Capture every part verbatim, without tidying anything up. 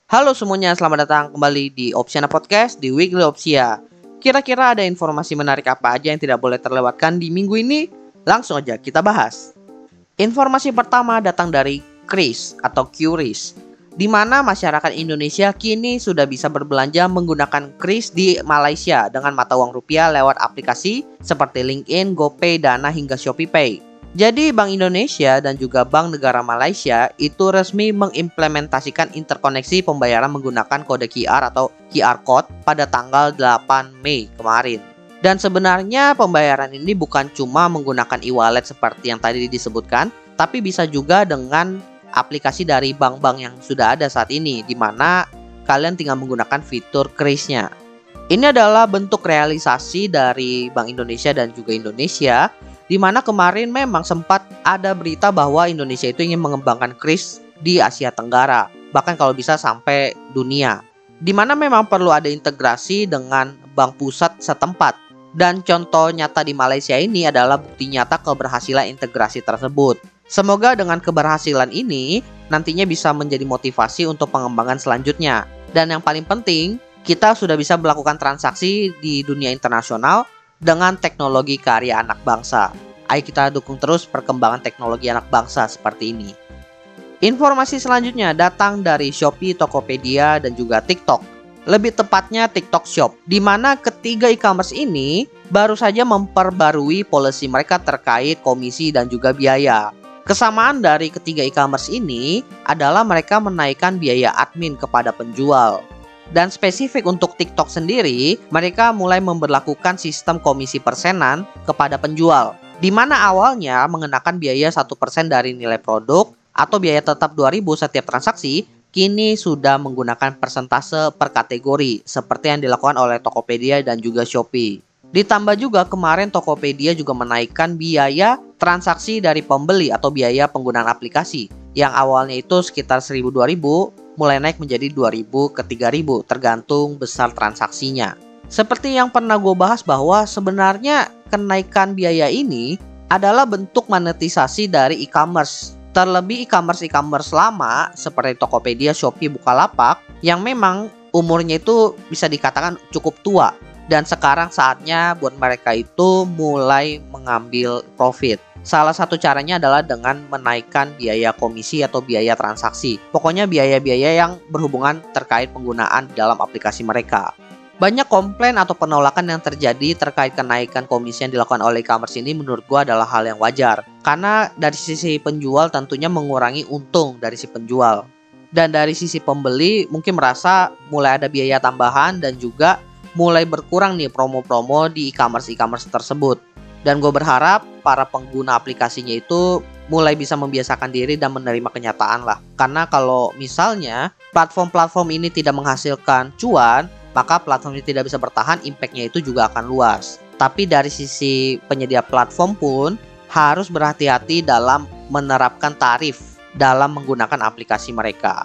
Halo semuanya, selamat datang kembali di Opsiana Podcast di Weekly Opsia. Kira-kira ada informasi menarik apa aja yang tidak boleh terlewatkan di minggu ini? Langsung aja kita bahas. Informasi pertama datang dari Kris atau Qris, di mana masyarakat Indonesia kini sudah bisa berbelanja menggunakan Kris di Malaysia dengan mata uang rupiah lewat aplikasi seperti LinkedIn, GoPay, Dana, hingga ShopeePay. Jadi Bank Indonesia dan juga Bank Negara Malaysia itu resmi mengimplementasikan interkoneksi pembayaran menggunakan kode Q R atau Q R Code pada tanggal delapan Mei kemarin. Dan sebenarnya pembayaran ini bukan cuma menggunakan e-wallet seperti yang tadi disebutkan, tapi bisa juga dengan aplikasi dari bank-bank yang sudah ada saat ini, di mana kalian tinggal menggunakan fitur Kris-nya. Ini adalah bentuk realisasi dari Bank Indonesia dan juga Indonesia, di mana kemarin memang sempat ada berita bahwa Indonesia itu ingin mengembangkan Kris di Asia Tenggara, bahkan kalau bisa sampai dunia, di mana memang perlu ada integrasi dengan bank pusat setempat. Dan contoh nyata di Malaysia ini adalah bukti nyata keberhasilan integrasi tersebut. Semoga dengan keberhasilan ini nantinya bisa menjadi motivasi untuk pengembangan selanjutnya. Dan yang paling penting, kita sudah bisa melakukan transaksi di dunia internasional dengan teknologi karya anak bangsa. Ayo kita dukung terus perkembangan teknologi anak bangsa seperti ini. Informasi selanjutnya datang dari Shopee, Tokopedia, dan juga TikTok. Lebih tepatnya TikTok Shop, di mana ketiga e-commerce ini baru saja memperbarui policy mereka terkait komisi dan juga biaya. Kesamaan dari ketiga e-commerce ini adalah mereka menaikkan biaya admin kepada penjual. Dan spesifik untuk TikTok sendiri, mereka mulai memberlakukan sistem komisi persenan kepada penjual, di mana awalnya mengenakan biaya satu persen dari nilai produk atau biaya tetap dua ribu setiap transaksi, kini sudah menggunakan persentase per kategori seperti yang dilakukan oleh Tokopedia dan juga Shopee. Ditambah juga kemarin Tokopedia juga menaikkan biaya transaksi dari pembeli atau biaya penggunaan aplikasi yang awalnya itu sekitar seribu dua ribu, mulai naik menjadi dua ribu ke tiga ribu tergantung besar transaksinya. Seperti yang pernah gue bahas bahwa sebenarnya kenaikan biaya ini adalah bentuk monetisasi dari e-commerce. Terlebih e-commerce e-commerce lama seperti Tokopedia, Shopee, Bukalapak yang memang umurnya itu bisa dikatakan cukup tua. Dan sekarang saatnya buat mereka itu mulai mengambil profit. Salah satu caranya adalah dengan menaikkan biaya komisi atau biaya transaksi. Pokoknya biaya-biaya yang berhubungan terkait penggunaan dalam aplikasi mereka. Banyak komplain atau penolakan yang terjadi terkait kenaikan komisi yang dilakukan oleh e-commerce ini menurut gua adalah hal yang wajar. Karena dari sisi penjual tentunya mengurangi untung dari si penjual. Dan dari sisi pembeli mungkin merasa mulai ada biaya tambahan dan juga mulai berkurang nih promo-promo di e-commerce e-commerce tersebut. Dan gue berharap para pengguna aplikasinya itu mulai bisa membiasakan diri dan menerima kenyataan lah. Karena kalau misalnya platform-platform ini tidak menghasilkan cuan, maka platform ini tidak bisa bertahan, impact-nya itu juga akan luas. Tapi dari sisi penyedia platform pun harus berhati-hati dalam menerapkan tarif dalam menggunakan aplikasi mereka.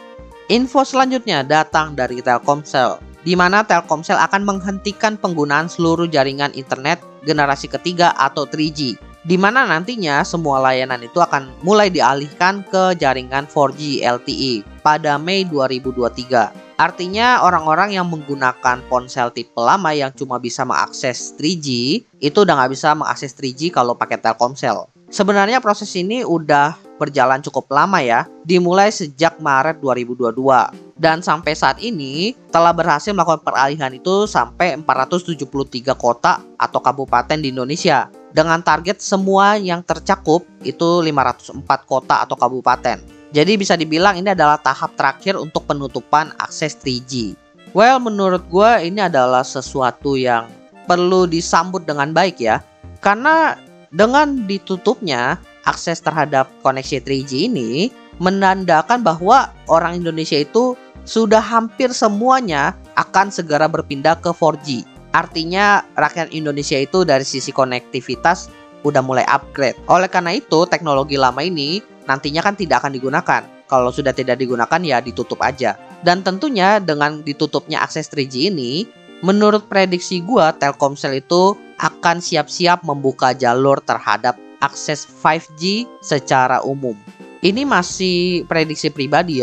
Info selanjutnya datang dari Telkomsel, di mana Telkomsel akan menghentikan penggunaan seluruh jaringan internet generasi ketiga atau tiga G, di mana nantinya semua layanan itu akan mulai dialihkan ke jaringan empat G L T E pada Mei dua ribu dua puluh tiga. Artinya orang-orang yang menggunakan ponsel tipe lama yang cuma bisa mengakses tiga G itu udah nggak bisa mengakses tiga G kalau pakai Telkomsel. Sebenarnya proses ini udah berjalan cukup lama ya, dimulai sejak Maret dua ribu dua puluh dua. Dan sampai saat ini telah berhasil melakukan peralihan itu sampai empat ratus tujuh puluh tiga kota atau kabupaten di Indonesia. Dengan target semua yang tercakup itu lima ratus empat kota atau kabupaten. Jadi bisa dibilang ini adalah tahap terakhir untuk penutupan akses tiga G. Well, menurut gue ini adalah sesuatu yang perlu disambut dengan baik ya. Karena dengan ditutupnya akses terhadap koneksi tiga G ini menandakan bahwa orang Indonesia itu sudah hampir semuanya akan segera berpindah ke empat G. Artinya rakyat Indonesia itu dari sisi konektivitas udah mulai upgrade. Oleh karena itu teknologi lama ini nantinya kan tidak akan digunakan. Kalau sudah tidak digunakan ya ditutup aja. Dan tentunya dengan ditutupnya akses tiga G ini, menurut prediksi gua Telkomsel itu akan siap-siap membuka jalur terhadap akses lima G secara umum. Ini masih prediksi pribadi ya,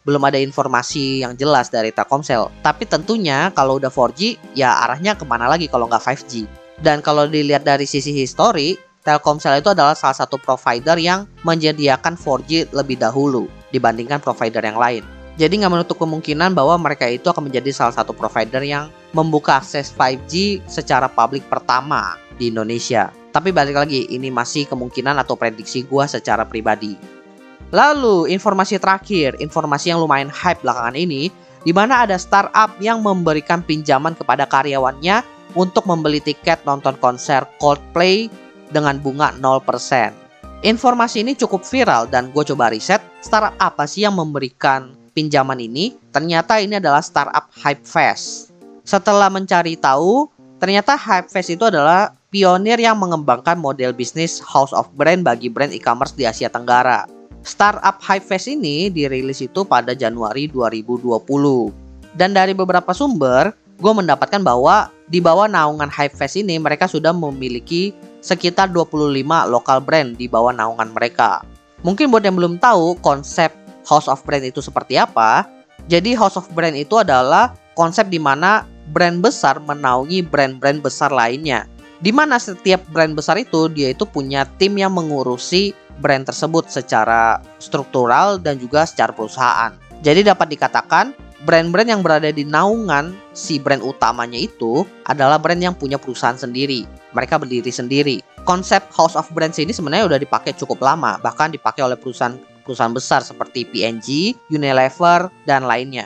belum ada informasi yang jelas dari Telkomsel. Tapi tentunya kalau udah four G, ya arahnya kemana lagi kalau nggak five G. Dan kalau dilihat dari sisi histori, Telkomsel itu adalah salah satu provider yang menyediakan four G lebih dahulu dibandingkan provider yang lain. Jadi nggak menutup kemungkinan bahwa mereka itu akan menjadi salah satu provider yang membuka akses five G secara publik pertama di Indonesia. Tapi balik lagi, ini masih kemungkinan atau prediksi gua secara pribadi. Lalu informasi terakhir, informasi yang lumayan hype belakangan ini, di mana ada startup yang memberikan pinjaman kepada karyawannya untuk membeli tiket nonton konser Coldplay dengan bunga nol persen. Informasi ini cukup viral dan gue coba riset startup apa sih yang memberikan pinjaman ini. Ternyata ini adalah startup Hypefast. Setelah mencari tahu, ternyata Hypefast itu adalah pionir yang mengembangkan model bisnis house of brand bagi brand e-commerce di Asia Tenggara. Startup Hypefast ini dirilis itu pada Januari dua ribu dua puluh. Dan dari beberapa sumber, gue mendapatkan bahwa di bawah naungan Hypefast ini mereka sudah memiliki sekitar dua puluh lima lokal brand di bawah naungan mereka. Mungkin buat yang belum tahu konsep House of Brand itu seperti apa, jadi House of Brand itu adalah konsep di mana brand besar menaungi brand-brand besar lainnya. Di mana setiap brand besar itu dia itu punya tim yang mengurusi brand tersebut secara struktural dan juga secara perusahaan. Jadi dapat dikatakan brand-brand yang berada di naungan si brand utamanya itu adalah brand yang punya perusahaan sendiri. Mereka berdiri sendiri. Konsep House of Brands ini sebenarnya udah dipakai cukup lama, bahkan dipakai oleh perusahaan-perusahaan besar seperti P and G, Unilever, dan lainnya.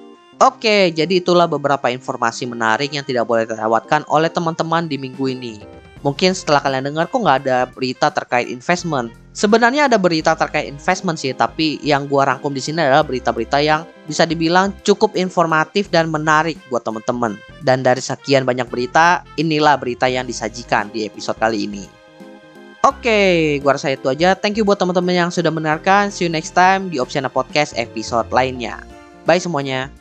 Oke, jadi itulah beberapa informasi menarik yang tidak boleh terlewatkan oleh teman-teman di minggu ini. Mungkin setelah kalian dengar kok nggak ada berita terkait investment. Sebenarnya ada berita terkait investment sih, tapi yang gua rangkum di sini adalah berita-berita yang bisa dibilang cukup informatif dan menarik buat teman-teman. Dan dari sekian banyak berita, inilah berita yang disajikan di episode kali ini. Oke, gua rasa itu aja. Thank you buat teman-teman yang sudah mendengarkan. See you next time di Opsiana Podcast episode lainnya. Bye semuanya.